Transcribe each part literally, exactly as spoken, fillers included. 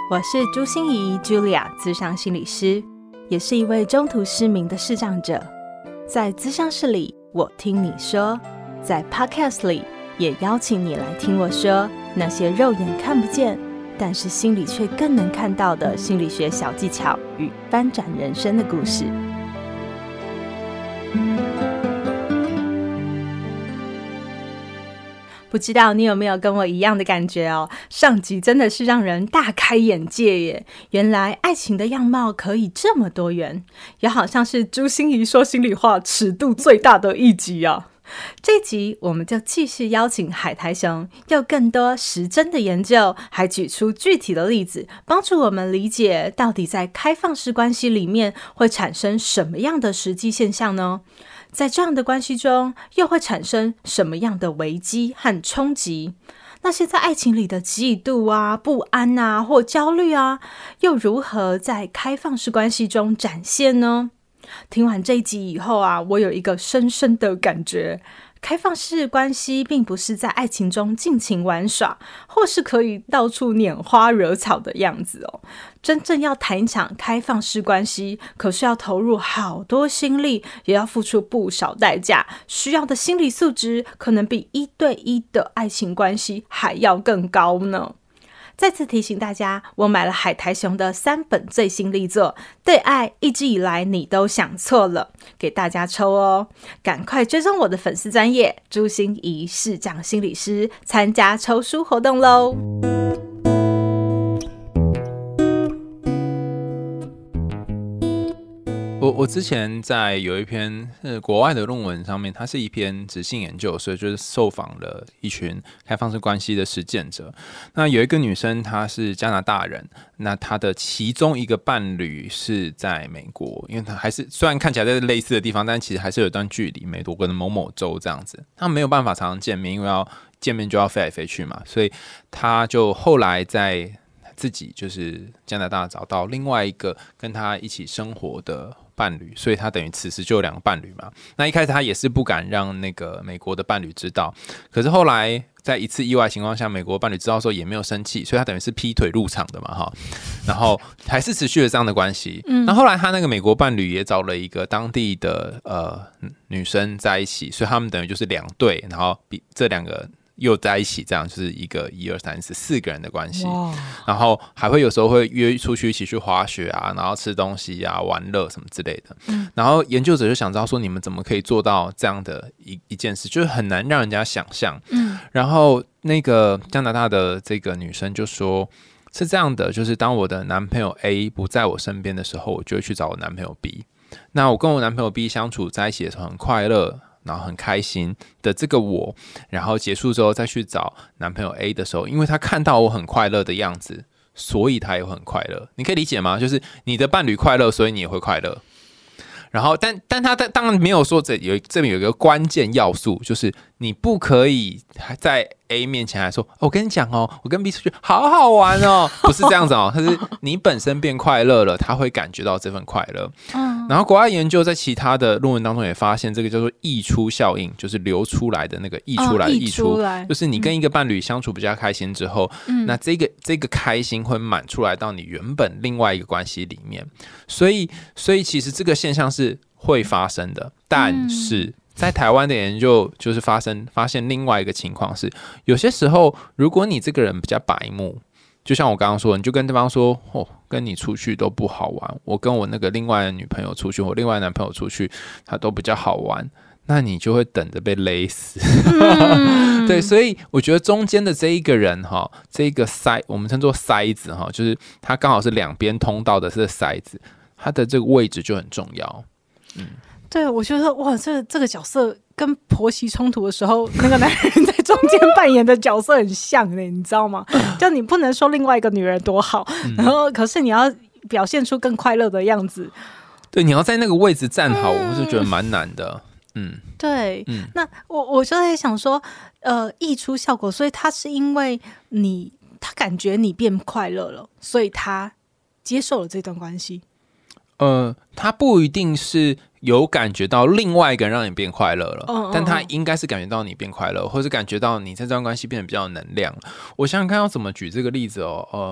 我是朱心怡 Julia 諮商心理师，也是一位中途失明的视障者。在諮商室里，我听你说；在 Podcast 里，也邀请你来听我说那些肉眼看不见，但是心里却更能看到的心理学小技巧与翻转人生的故事。不知道你有没有跟我一样的感觉哦？上集真的是让人大开眼界耶！原来爱情的样貌可以这么多元，也好像是朱心怡说心里话尺度最大的一集啊。这集我们就继续邀请海苔熊，用更多实证的研究，还举出具体的例子，帮助我们理解到底在开放式关系里面会产生什么样的实际现象呢？在这样的关系中，又会产生什么样的危机和冲击？那些在爱情里的嫉妒啊、不安啊或焦虑啊，又如何在开放式关系中展现呢？听完这一集以后啊，我有一个深深的感觉，开放式关系并不是在爱情中尽情玩耍，或是可以到处拈花惹草的样子哦。真正要谈一场开放式关系，可是要投入好多心力，也要付出不少代价，需要的心理素质可能比一对一的爱情关系还要更高呢。再次提醒大家，我买了海苔熊的三本最新力作《对爱一直以来你都想错了》，给大家抽哦！赶快追踪我的粉丝专页朱心怡视障心理师，参加抽书活动咯。 我我之前在有一篇是国外的论文上面，它是一篇质性研究，所以就是受访了一群开放式关系的实践者。那有一个女生，她是加拿大人，那她的其中一个伴侣是在美国，因为她还是虽然看起来在类似的地方，但其实还是有一段距离，美国的某某州这样子，她没有办法常常见面，因为要见面就要飞来飞去嘛，所以她就后来在自己就是加拿大找到另外一个跟她一起生活的伴侣，所以他等于此时就有两个伴侣嘛。那一开始他也是不敢让那个美国的伴侣知道，可是后来在一次意外情况下，美国伴侣知道的时候也没有生气，所以他等于是劈腿入场的嘛哈。然后还是持续了这样的关系。嗯，那后来他那个美国伴侣也找了一个当地的呃女生在一起，所以他们等于就是两对，然后比这两个又在一起，这样就是一个一二三四四个人的关系，然后还会有时候会约出去一起去滑雪啊，然后吃东西啊、玩乐什么之类的。嗯、然后研究者就想知道说，你们怎么可以做到这样的 一, 一件事，就是很难让人家想象。嗯，然后那个加拿大的这个女生就说，是这样的，就是当我的男朋友 A 不在我身边的时候，我就会去找我男朋友 B。那我跟我男朋友 B 相处在一起的时候很快乐，然后很开心的这个我，然后结束之后再去找男朋友 A 的时候，因为他看到我很快乐的样子，所以他也会很快乐。你可以理解吗？就是你的伴侣快乐，所以你也会快乐。然后但但他当然没有说这有这边有一个关键要素，就是你不可以在 A 面前还说、哦、我跟你讲哦，我跟 B 出去好好玩哦，不是这样子哦，它是你本身变快乐了，他会感觉到这份快乐。嗯，然后国外研究在其他的论文当中也发现，这个叫做溢出效应，就是流出来的那个溢出来的溢出，哦、就是你跟一个伴侣相处比较开心之后，嗯、那这个这个开心会满出来到你原本另外一个关系里面，所以所以其实这个现象是会发生的，但是。嗯，在台湾的研究就是发生发现另外一个情况是，有些时候如果你这个人比较白目，就像我刚刚说，你就跟对方说，哦，跟你出去都不好玩，我跟我那个另外的女朋友出去，我另外的男朋友出去，他都比较好玩，那你就会等着被勒死。嗯、对，所以我觉得中间的这一个人哈，这一个塞我们称作塞子哈，就是他刚好是两边通道的这个塞子，他的这个位置就很重要。嗯。 对，我觉得哇，这这个角色跟婆媳冲突的时候，那个男人在中间扮演的角色很像的，你知道吗？就你不能说另外一个女人多好，嗯、然后可是你要表现出更快乐的样子。 对，你要在那个位置站好，嗯、我是觉得蛮难的。嗯， 对，嗯、那我我就在想说，呃，溢出效果，所以他是因为你他感觉你变快乐了，所以他接受了这段关系。 呃，他不一定是有感觉到另外一个人让你变快乐了，嗯、但他应该是感觉到你变快乐，或是感觉到你在这段关系变得比较有能量。我想想看要怎么举这个例子哦。呃，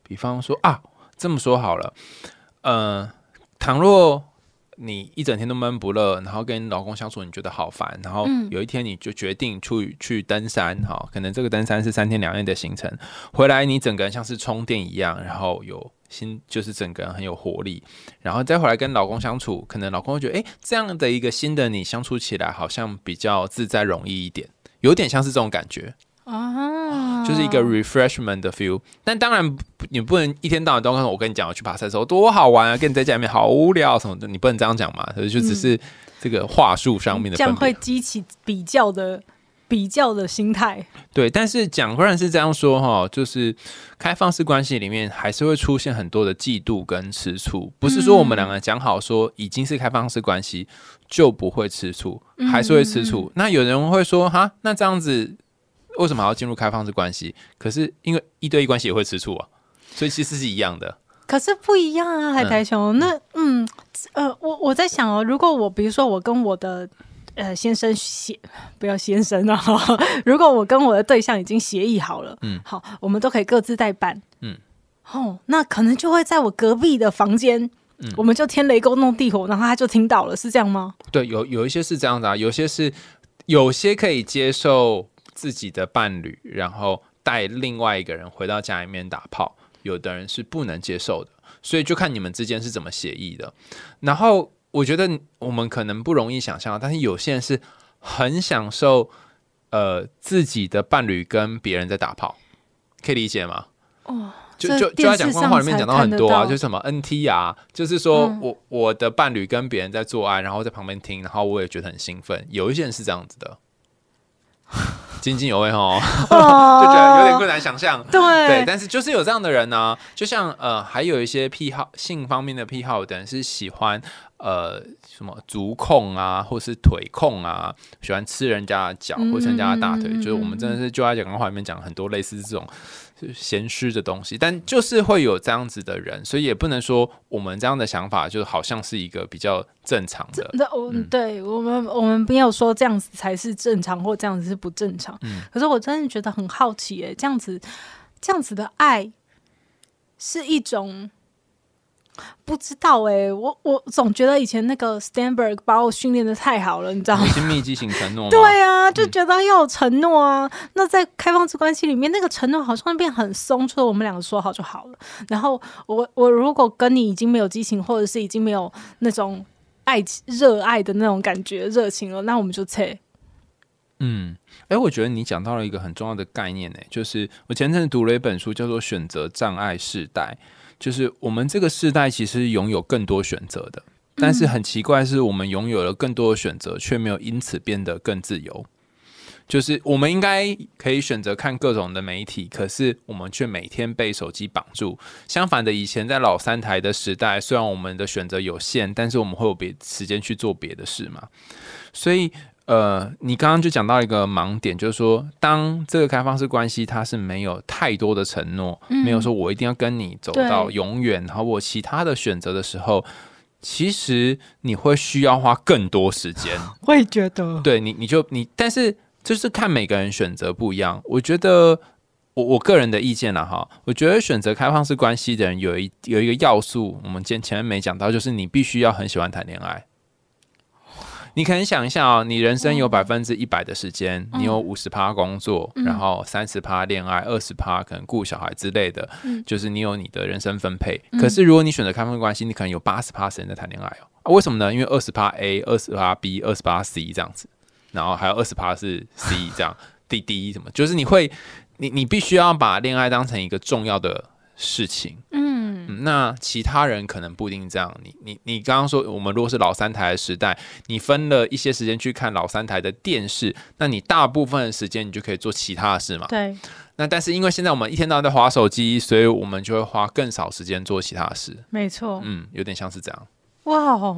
比方说啊，这么说好了，呃，倘若你一整天都闷不乐，然后跟你老公相处你觉得好烦，然后有一天你就决定去去登山，好，可能这个登山是三天两夜的行程，回来你整个人像是充电一样，然后有新就是整个人很有活力，然后再回来跟老公相处，可能老公会觉得，哎，这样的一个新的你相处起来好像比较自在容易一点，有点像是这种感觉。啊，就是一个 refreshment 的 feel， 但当然你不能一天到晚都跟我跟你讲我去爬山的时候多好玩啊，跟你在家里面好无聊什么的，你不能这样讲嘛，就只是这个话术上面的分别， 这样会激起比较的比较的心态。 对，但是讲虽然是这样说哈，就是开放式关系里面还是会出现很多的嫉妒跟吃醋，不是说我们两个讲好说已经是开放式关系就不会吃醋，还是会吃醋。嗯、那有人会说哈，那这样子。为什么还要进入开放式关系？可是因为一对一关系也会吃醋啊，所以其实是一样的。 可是不一样啊，海苔熊。嗯那嗯呃，我我在想哦，如果我比如说我跟我的呃先生协，不要先生啊，如果我跟我的对象已经协议好了，嗯，好，我们都可以各自代办，嗯，哦，那可能就会在我隔壁的房间。嗯、我们就天雷勾动地火，然后他就听到了，是这样吗？ 对，有有一些是这样的啊，有些是有些可以接受。自己的伴侣，然后带另外一个人回到家里面打炮，有的人是不能接受的，所以就看你们之间是怎么协议的。然后我觉得我们可能不容易想象，但是有些人是很享受，呃，自己的伴侣跟别人在打炮，可以理解吗？哦，就就就在讲官话里面讲到很多啊，就是什么 N T 啊，就是说我、嗯、我的伴侣跟别人在做爱，然后在旁边听，然后我也觉得很兴奋。有一些人是这样子的。津津有味哦，就觉得有点困难想象。 对对，但是就是有这样的人呢、啊，就像呃，还有一些癖好性方面的癖好的人是喜欢呃什么足控啊，或是腿控啊，喜欢吃人家的脚或吃人家的大腿，嗯、就是我们真的是就在讲刚话里面讲很多类似这种咸湿的东西，但就是会有这样子的人，所以也不能说我们这样的想法就好像是一个比较正常的。 嗯、对我们我们没有说这样子才是正常，或这样子是不正常。嗯、可是我真的觉得很好奇、欸，这样子这样子的爱是一种。不知道哎、欸，我我总觉得以前那个 Sternberg 把我训练的太好了，你知道吗？ 亲密激情承诺吗？ 对啊，就觉得要有承诺啊。嗯、那在开放式关系里面，那个承诺好像变很松，除了我们两个说好就好了。然后我我如果跟你已经没有激情，或者是已经没有那种爱热爱的那种感觉热情了，那我们就撤。 嗯，哎、欸，我觉得你讲到了一个很重要的概念呢、欸，就是我前阵子读了一本书，叫做《选择障碍世代》。就是我们这个世代其实拥有更多选择的，但是很奇怪是我们拥有了更多的选择，却没有因此变得更自由。就是我们应该可以选择看各种的媒体，可是我们却每天被手机绑住。相反的，以前在老三台的时代，虽然我们的选择有限，但是我们会有别时间去做别的事嘛。所以呃，你刚刚就讲到一个盲点，就是说，当这个开放式关系它是没有太多的承诺，嗯、没有说我一定要跟你走到永远，然后我其他的选择的时候，其实你会需要花更多时间。 我也觉得， 对你，你就你，但是就是看每个人选择不一样。我觉得我我个人的意见啦哈，我觉得选择开放式关系的人有一有一个要素，我们前前面没讲到，就是你必须要很喜欢谈恋爱。你可能想一下哦，你人生有百分之一百的时间，嗯、你有五十趴工作，嗯、然后三十趴恋爱，二十趴可能顾小孩之类的，嗯、就是你有你的人生分配。嗯、可是如果你选择开放式关系，你可能有八十趴时间在谈恋爱哦、啊。为什么呢？因为二十趴 A， 二十趴 B， 二十趴 C 这样子，然后还有二十趴是 C 这样，滴滴什么，就是你会，你你必须要把恋爱当成一个重要的事情。嗯。嗯，那其他人可能不一定这样。你你你刚刚说，我们如果是老三台的时代，你分了一些时间去看老三台的电视，那你大部分的时间你就可以做其他的事嘛。 对。 那但是因为现在我们一天到晚在滑手机，所以我们就会花更少时间做其他的事。 没错。 嗯，有点像是这样。 哇哦，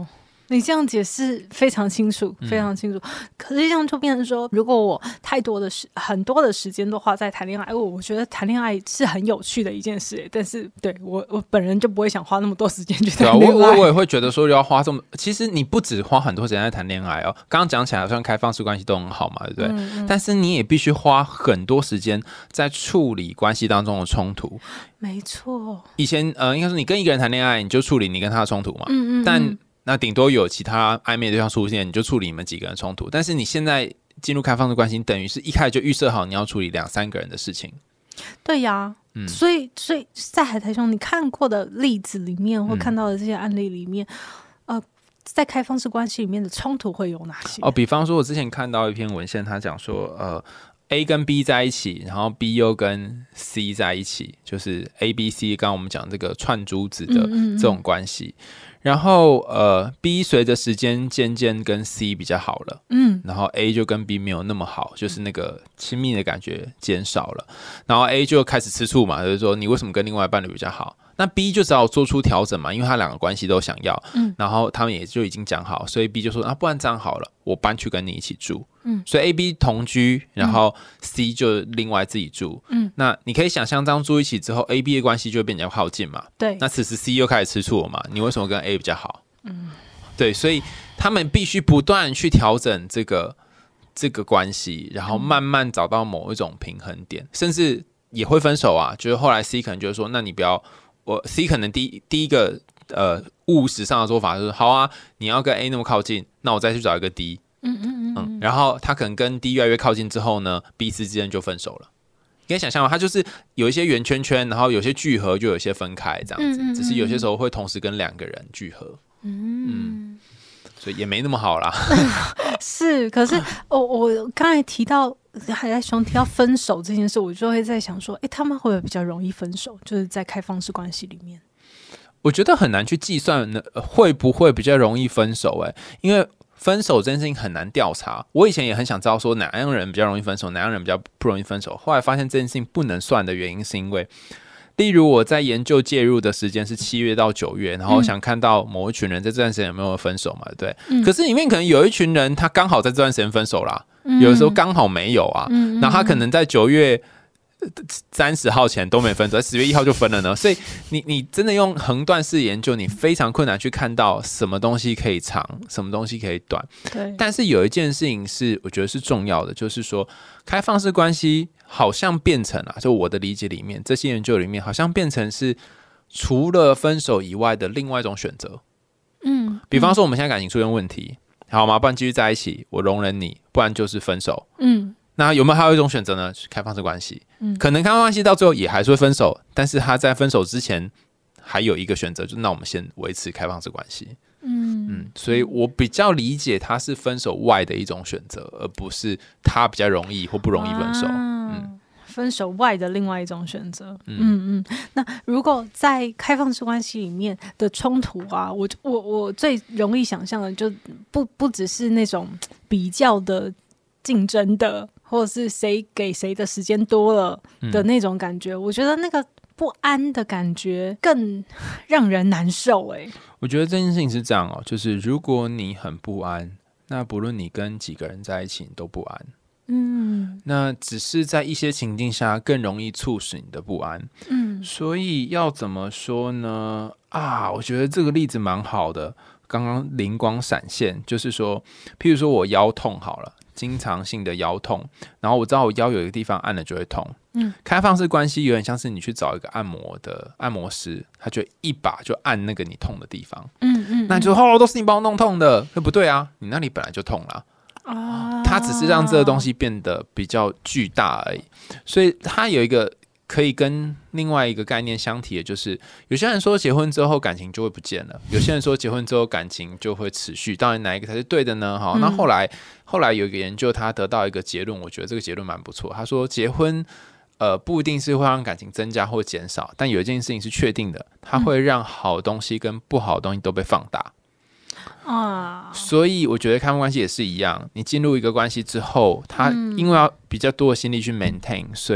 你这样解释非常清楚，非常清楚。嗯、可是这样就变成说，如果我太多的时很多的时间都花在谈恋爱，我我觉得谈恋爱是很有趣的一件事，但是对我我本人就不会想花那么多时间去谈恋爱。 对啊，我我也会觉得说要花这么，其实你不只花很多时间在谈恋爱哦。刚刚讲起来好像开放式关系都很好嘛，对不对？嗯嗯，但是你也必须花很多时间在处理关系当中的冲突。 没错， 以前呃，应该说你跟一个人谈恋爱，你就处理你跟他的冲突嘛。嗯嗯嗯，但那顶多有其他暧昧对象出现，你就处理你们几个人的冲突。但是你现在进入开放式关系，等于是一开始就预设好你要处理两三个人的事情。 对呀，嗯、所以所以在海苔兄你看过的例子里面，或看到的这些案例里面，嗯、呃，在开放式关系里面的冲突会有哪些？ 哦，比方说，我之前看到一篇文献，他讲说，呃。A 跟 B 在一起，然后 B 又跟 C 在一起，就是 A、B、C， 刚刚我们讲这个串珠子的这种关系。嗯嗯嗯，然后呃 ，B 随着时间渐渐跟 C 比较好了，嗯，然后 A 就跟 B 没有那么好，就是那个亲密的感觉减少了，然后 A 就开始吃醋嘛，就是说你为什么跟另外伴侣比较好？那 B 就只好做出调整嘛，因为他两个关系都想要，嗯，然后他们也就已经讲好，所以 B 就说啊，不然这样好了，我搬去跟你一起住，嗯，所以 A、B 同居，然后 C 就另外自己住，嗯，那你可以想象这样住一起之后 ，A、B 的关系就会变得靠近嘛， 对， 那此时 C 又开始吃醋了嘛，你为什么跟 A 比较好？嗯，对，所以他们必须不断去调整这个这个关系，然后慢慢找到某一种平衡点，甚至也会分手啊，就是后来 C 可能就说，那你不要。我 C 可能第一第一个呃务实上的做法就是，好啊，你要跟 A 那么靠近，那我再去找一个 D， 嗯嗯 嗯, 嗯，然后他可能跟 D 越来越靠近之后呢 ，B、C 之间就分手了。你可以想象吗？他就是有一些圆圈圈，然后有些聚合，就有些分开这样子，嗯嗯嗯，只是有些时候会同时跟两个人聚合，嗯。嗯，所以也没那么好啦。 是，可是我我刚才提到海苔兄提到分手这件事，我就会在想说，哎、欸，他们会不会比较容易分手？就是在开放式关系里面， 我觉得很难去计算会不会比较容易分手、欸，哎，因为分手这件事情很难调查。我以前也很想知道说哪样人比较容易分手，哪样人比较不容易分手。后来发现这件事情不能算的原因，是因为。例如我在研究介入的时间是七月到九月，然后想看到某一群人在这段时间有没有分手嘛，对不对？嗯、可是里面可能有一群人他刚好在这段时间分手啦，嗯、有的时候刚好没有啊，嗯、然后他可能在九月三十号前都没分手，在十月一号就分了呢。所以你你真的用横断式研究，你非常困难去看到什么东西可以长，什么东西可以短。 对。 但是有一件事情是我觉得是重要的，就是说开放式关系。好像变成啊，就我的理解里面，这些研究里面好像变成是除了分手以外的另外一种选择。嗯，比方说我们现在感情出现问题，好吗？不然继续在一起，我容忍你，不然就是分手。嗯，那有没有还有一种选择呢？开放式关系。嗯，可能开放关系到最后也还是会分手，但是他在分手之前还有一个选择，就是那我们先维持开放式关系。嗯嗯，所以我比较理解他是分手外的一种选择，而不是他比较容易或不容易分手。啊、嗯， 分手外的另外一种选择。嗯嗯，那如果在开放式关系里面的冲突啊，我我我最容易想象的就不不只是那种比较的竞争的，或者是谁给谁的时间多了的那种感觉。嗯、我觉得那个。不安的感觉更让人难受哎、欸。 我觉得这件事情是这样哦，就是如果你很不安，那不论你跟几个人在一起，你都不安。嗯，那只是在一些情境下更容易促使你的不安。嗯，所以要怎么说呢？啊，我觉得这个例子蛮好的，刚刚灵光闪现，就是说，譬如说我腰痛好了。经常性的腰痛，然后我知道我腰有一个地方按了就会痛。嗯，开放式关系有点像是你去找一个按摩的按摩师，他就一把就按那个你痛的地方。嗯嗯，那你就说哦，都是你帮我弄痛的，那不对啊，你那里本来就痛啦。啊，他只是让这个东西变得比较巨大而已。所以他有一个可以跟另外一个概念相提的，就是有些人说结婚之后感情就会不见了，有些人说结婚之后感情就会持续。当然哪一个才是对的呢？好，那后来后来有一个研究，他得到一个结论，我觉得这个结论蛮不错。他说结婚呃不一定是会让感情增加或减少，但有一件事情是确定的，它会让好东西跟不好的东西都被放大。啊，所以我觉得开放关系也是一样，你进入一个关系之后，他因为要比较多的心力去 maintain， 所以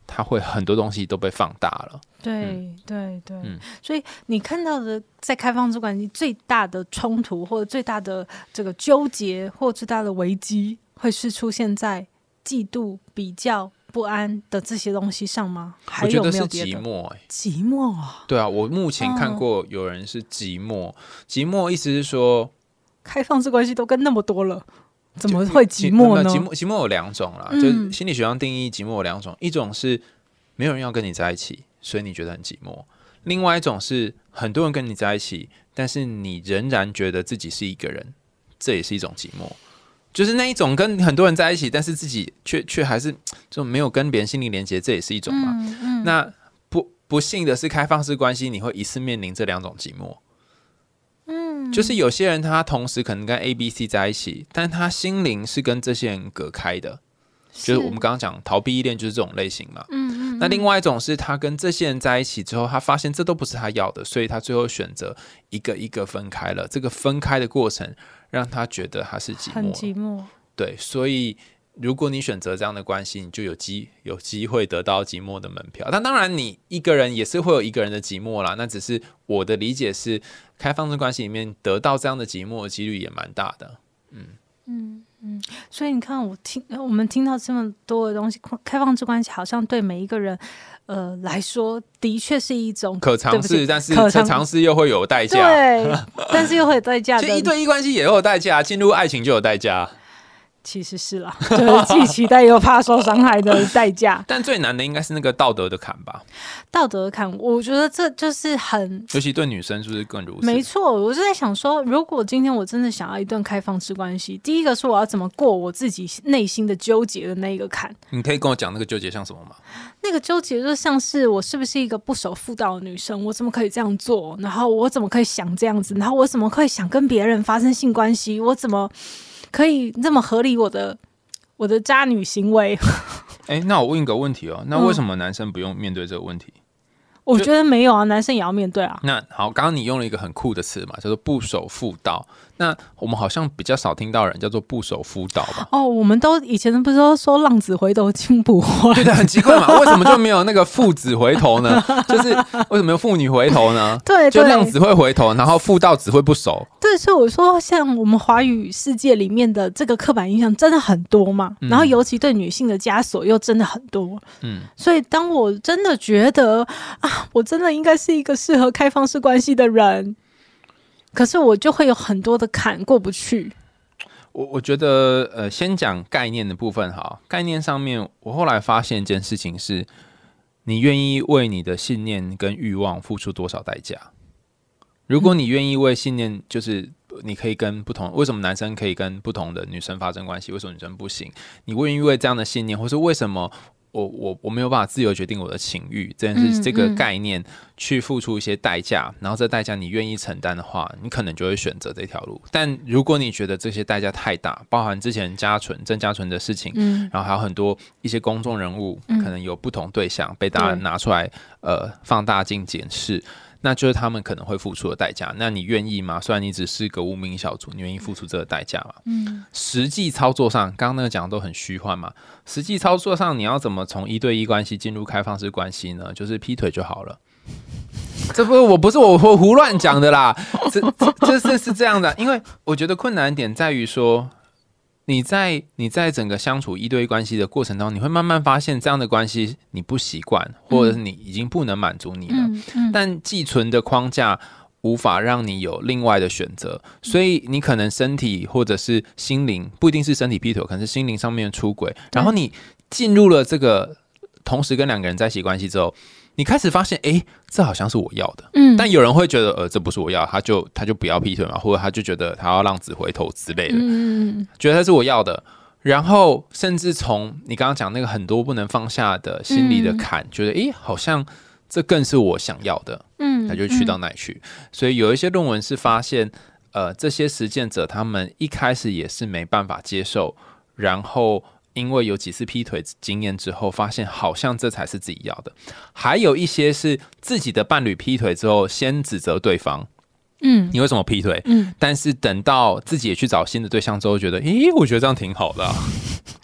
他会很多东西都被放大了。 对、 嗯、 对对、 嗯， 所以你看到的在开放式关系最大的冲突，或者最大的这个纠结，或最大的危机，会是出现在嫉妒、比较、不安的这些东西上吗？还有没有别的？ 我觉得是寂寞、欸、 寂寞啊。 对啊，我目前看过有人是寂寞、哦、寂寞意思是说开放式关系都跟那么多了，怎么会寂寞呢？ 寂寞寂寞有两种啦、嗯、就是心理学上定义寂寞有两种，一种是没有人要跟你在一起，所以你觉得很寂寞；另外一种是很多人跟你在一起，但是你仍然觉得自己是一个人，这也是一种寂寞。就是那一种跟很多人在一起，但是自己却却还是就没有跟别人心灵连接，这也是一种嘛。嗯嗯、那不不幸的是，开放式关系你会一次面临这两种寂寞。嗯，就是有些人他同时可能跟 A、B、C 在一起，但他心灵是跟这些人隔开的。就是我们刚刚讲逃避依恋就是这种类型嘛。嗯 嗯, 嗯。那另外一种是他跟这些人在一起之后，他发现这都不是他要的，所以他最后选择一个一个分开了。这个分开的过程让他觉得他是寂寞， 很寂寞。 对，所以如果你选择这样的关系，你就有机有机会得到寂寞的门票。但当然，你一个人也是会有一个人的寂寞啦。那只是我的理解是，开放式关系里面得到这样的寂寞的几率也蛮大的。嗯嗯嗯，所以你看，我听我们听到这么多的东西，开放式关系好像对每一个人呃来说，的确是一种可尝试，但是可尝试又会有代价。 对，但是又会有代价的。 就一对一关系也有代价，进入爱情就有代价。 其实是啦，就是既期待又怕受伤害的代价。 但最难的应该是那个道德的坎吧？ 道德坎，我觉得这就是很， 尤其对女生是不是更如此？ 没错，我是在想说，如果今天我真的想要一段开放式关系，第一个是我要怎么过我自己内心的纠结的那个坎。 你可以跟我讲那个纠结像什么吗？ 那个纠结就像是我是不是一个不守妇道的女生，我怎么可以这样做？然后我怎么可以想这样子？然后我怎么可以想跟别人发生性关系？我怎么可以这么合理我的我的渣女行为？ 哎、欸，那我问一个问题哦，那为什么男生不用面对这个问题？嗯、 我觉得没有啊，男生也要面对啊。 那好，刚刚你用了一个很酷的词嘛，叫做不守妇道。那我们好像比较少听到人叫做不守妇道吧？ 哦，我们都以前不是都说浪子回头金不换？ 对的，很奇怪嘛，为什么就没有那个父子回头呢？就是为什么有妇女回头呢？ 对， 就浪子会回头，然后妇道只会不守。 对，所以我说，像我们华语世界里面的这个刻板印象真的很多嘛，嗯、然后尤其对女性的枷锁又真的很多。嗯，所以当我真的觉得啊，我真的应该是一个适合开放式关系的人。可是我就会有很多的坎过不去。 我我觉得，呃，先讲概念的部分好。概念上面，我后来发现一件事情是，你愿意为你的信念跟欲望付出多少代价？如果你愿意为信念，就是你可以跟不同，为什么男生可以跟不同的女生发生关系，为什么女生不行？你愿意为这样的信念，或是为什么？我我我没有办法自由决定我的情欲这件事、嗯、这个概念去付出一些代价，然后这代价你愿意承担的话，你可能就会选择这条路。但如果你觉得这些代价太大，包含之前嘉纯郑嘉纯的事情、嗯、然后还有很多一些公众人物、嗯、可能有不同对象被大家拿出来、呃、放大镜检视，那就是他们可能会付出的代价。那你愿意吗？虽然你只是个无名小卒，你愿意付出这个代价吗？嗯，实际操作上，刚刚那个讲的都很虚幻嘛。实际操作上，你要怎么从一对一关系进入开放式关系呢？就是劈腿就好了。这不，我不是我胡乱讲的啦，这这这是这样的，因为我觉得困难点在于说。你在你在整个相处一对一关系的过程当中，你会慢慢发现这样的关系你不习惯，或者是你已经不能满足你了。嗯嗯、但既存的框架无法让你有另外的选择，所以你可能身体或者是心灵，不一定是身体劈腿，可能是心灵上面的出轨。然后你进入了这个同时跟两个人在一起关系之后。你开始发现，哎、欸，这好像是我要的，嗯，但有人会觉得，呃，这不是我要，他就他就不要劈腿嘛，或者他就觉得他要浪子回头之类的，嗯，觉得他是我要的，然后甚至从你刚刚讲那个很多不能放下的心理的坎，嗯、觉得，哎、欸，好像这更是我想要的，嗯，他就去到那里去，嗯、所以有一些论文是发现，呃，这些实践者他们一开始也是没办法接受，然后。因为有几次劈腿经验之后，发现好像这才是自己要的。还有一些是自己的伴侣劈腿之后，先指责对方，嗯，你为什么劈腿？嗯，但是等到自己也去找新的对象之后，觉得，咦，我觉得这样挺好的、啊。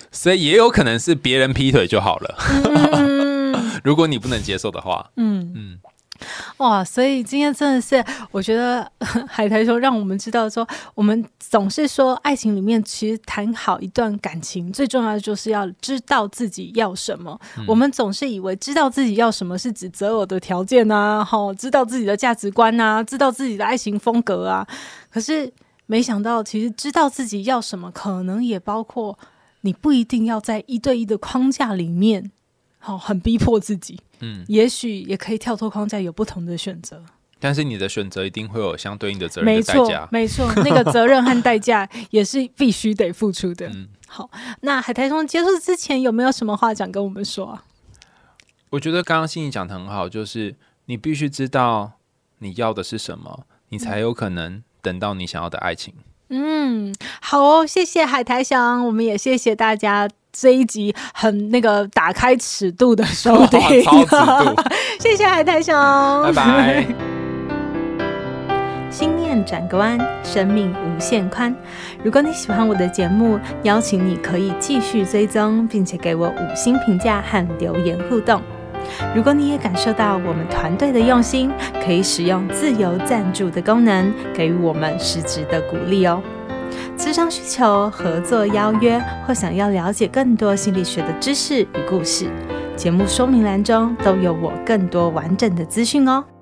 所以也有可能是别人劈腿就好了。 嗯、 如果你不能接受的话， 嗯嗯。 哇，所以今天真的是，我觉得海苔兄让我们知道说，我们总是说爱情里面其实谈好一段感情，最重要的就是要知道自己要什么。嗯、我们总是以为知道自己要什么是指择偶的条件啊，齁，知道自己的价值观啊，知道自己的爱情风格啊。可是没想到，其实知道自己要什么，可能也包括你不一定要在一对一的框架里面，齁，很逼迫自己。嗯，也许也可以跳脱框架，有不同的选择。 但是你的选择一定会有相对应的责任的代价， 没错，没错，那个责任和代价也是必须得付出的。嗯，好，那海苔兄结束之前有没有什么话想跟我们说啊？ 我觉得刚刚心怡讲得很好，就是你必须知道你要的是什么，你才有可能等到你想要的爱情。 嗯，好哦，谢谢海苔兄，我们也谢谢大家这一集很那个打开尺度的收听， 超尺度， 谢谢海苔兄， 拜拜。 心念转个弯，生命无限宽。如果你喜欢我的节目，邀请你可以继续追踪，并且给我五星评价和留言互动。如果你也感受到我们团队的用心，可以使用自由赞助的功能，给予我们实质的鼓励哦。咨商需求、合作邀约，或想要了解更多心理学的知识与故事，节目说明栏中都有我更多完整的资讯哦。